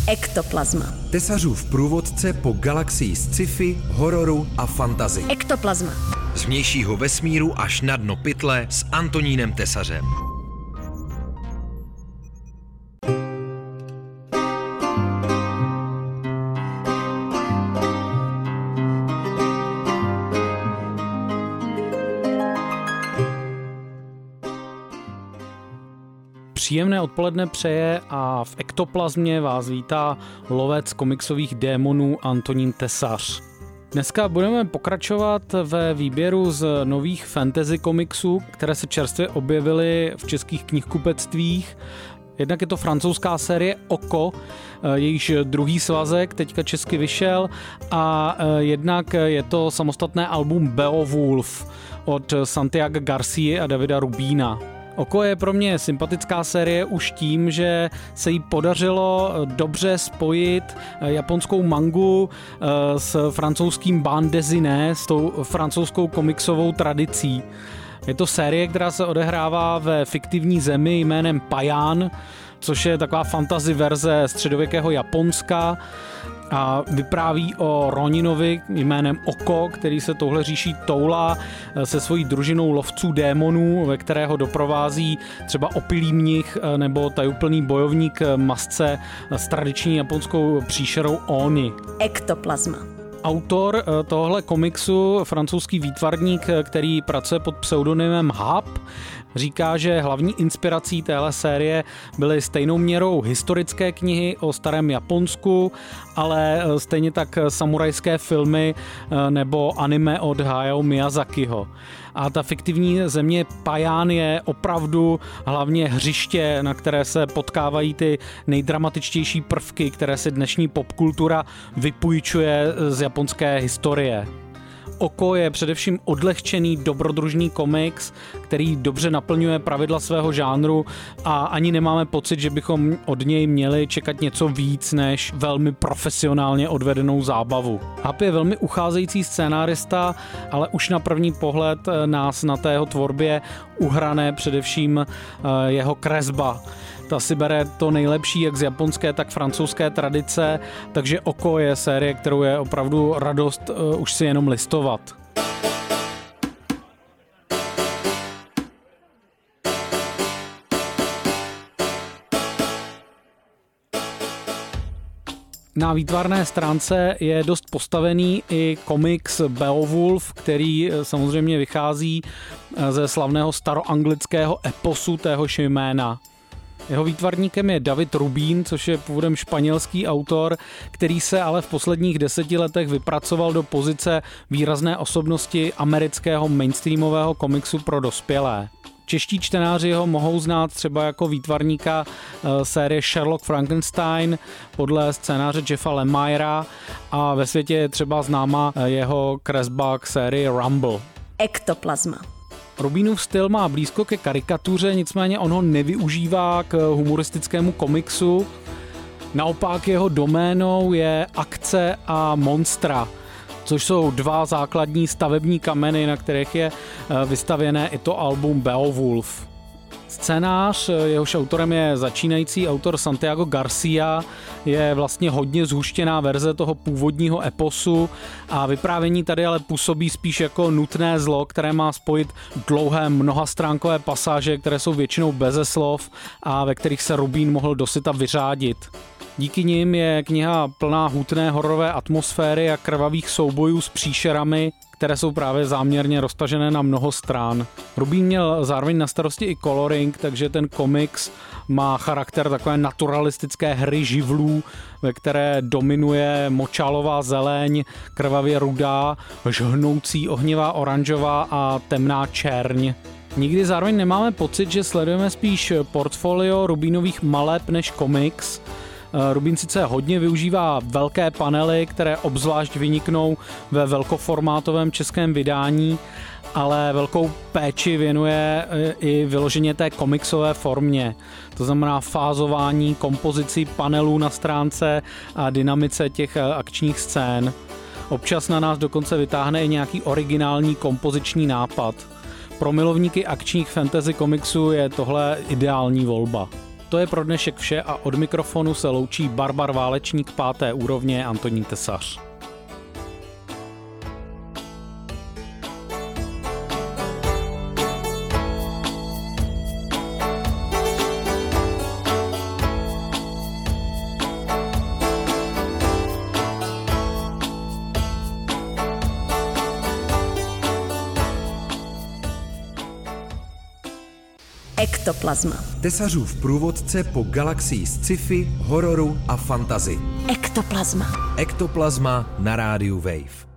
Ektoplazma. Tesařův průvodce po galaxii sci-fi, hororu a fantasy. Ektoplazma. Z vnějšího vesmíru až na dno pytle s Antonínem Tesařem. Příjemné odpoledne přeje a v Ektoplazmě vás vítá lovec komiksových démonů Antonín Tesař. Dneska budeme pokračovat ve výběru z nových fantasy komiksů, které se čerstvě objevily v českých knihkupectvích. Jednak je to francouzská série Oko, jejíž druhý svazek teďka česky vyšel, a jednak je to samostatné album Beowulf od Santiaga Garcia a Davida Rubína. Oko je pro mě sympatická série už tím, že se jí podařilo dobře spojit japonskou mangu s francouzským bande dessinée, s tou francouzskou komiksovou tradicí. Je to série, která se odehrává ve fiktivní zemi jménem Paján, což je taková fantasy verze středověkého Japonska, a vypráví o Roninovi jménem Oko, který se touhle říší toulá se svojí družinou lovců démonů, ve kterého doprovází třeba opilý mnich nebo tajuplný bojovník masce s tradiční japonskou příšerou Oni. Ektoplazma. Autor tohle komiksu, francouzský výtvarník, který pracuje pod pseudonymem Hub, říká, že hlavní inspirací téhle série byly stejnou měrou historické knihy o starém Japonsku, ale stejně tak samurajské filmy nebo anime od Hayao Miyazakiho. A ta fiktivní země Paján je opravdu hlavně hřiště, na které se potkávají ty nejdramatičtější prvky, které si dnešní popkultura vypůjčuje z japonské historie. Oko je především odlehčený dobrodružný komiks, který dobře naplňuje pravidla svého žánru a ani nemáme pocit, že bychom od něj měli čekat něco víc než velmi profesionálně odvedenou zábavu. Hub je velmi ucházející scénárista, ale už na první pohled nás na té jeho tvorbě uhrané především jeho kresba. Ta si bere to nejlepší jak z japonské, tak francouzské tradice, takže Oko je série, kterou je opravdu radost už si jenom listovat. Na výtvarné stránce je dost postavený i komiks Beowulf, který samozřejmě vychází ze slavného staroanglického eposu téhož jména. Jeho výtvarníkem je David Rubín, což je původem španělský autor, který se ale v posledních 10 letech vypracoval do pozice výrazné osobnosti amerického mainstreamového komiksu pro dospělé. Čeští čtenáři ho mohou znát třeba jako výtvarníka série Sherlock Frankenstein podle scénáře Jeffa Lemira, a ve světě je třeba známa jeho kresba k sérii Rumble. Ektoplazma. Rubínův styl má blízko ke karikatuře, nicméně on ho nevyužívá k humoristickému komiksu. Naopak jeho doménou je akce a monstra, což jsou dva základní stavební kameny, na kterých je vystavěné i to album Beowulf. Scénář, jehož autorem je začínající autor Santiago Garcia, je vlastně hodně zhuštěná verze toho původního eposu a vyprávění tady ale působí spíš jako nutné zlo, které má spojit dlouhé mnohastránkové pasáže, které jsou většinou beze slov a ve kterých se Rubín mohl dosyta vyřádit. Díky nim je kniha plná hutné hororové atmosféry a krvavých soubojů s příšerami, které jsou právě záměrně roztažené na mnoho stran. Rubín měl zároveň na starosti i coloring, takže ten komiks má charakter takové naturalistické hry živlů, ve které dominuje močálová zeleň, krvavě rudá, žhnoucí ohnivá oranžová a temná čerň. Nikdy zároveň nemáme pocit, že sledujeme spíš portfolio Rubínových maleb než komiks. Rubín sice hodně využívá velké panely, které obzvlášť vyniknou ve velkoformátovém českém vydání, ale velkou péči věnuje i vyloženě té komiksové formě. To znamená fázování, kompozici panelů na stránce a dynamice těch akčních scén. Občas na nás dokonce vytáhne i nějaký originální kompoziční nápad. Pro milovníky akčních fantasy komiksů je tohle ideální volba. to je pro dnešek vše a od mikrofonu se loučí Barbar Válečník 5. úrovně Antonín Tesař. Ektoplazma. Tesařův průvodce po galaxii sci-fi, hororu a fantasy. Ektoplazma. Ektoplazma na rádiu Wave.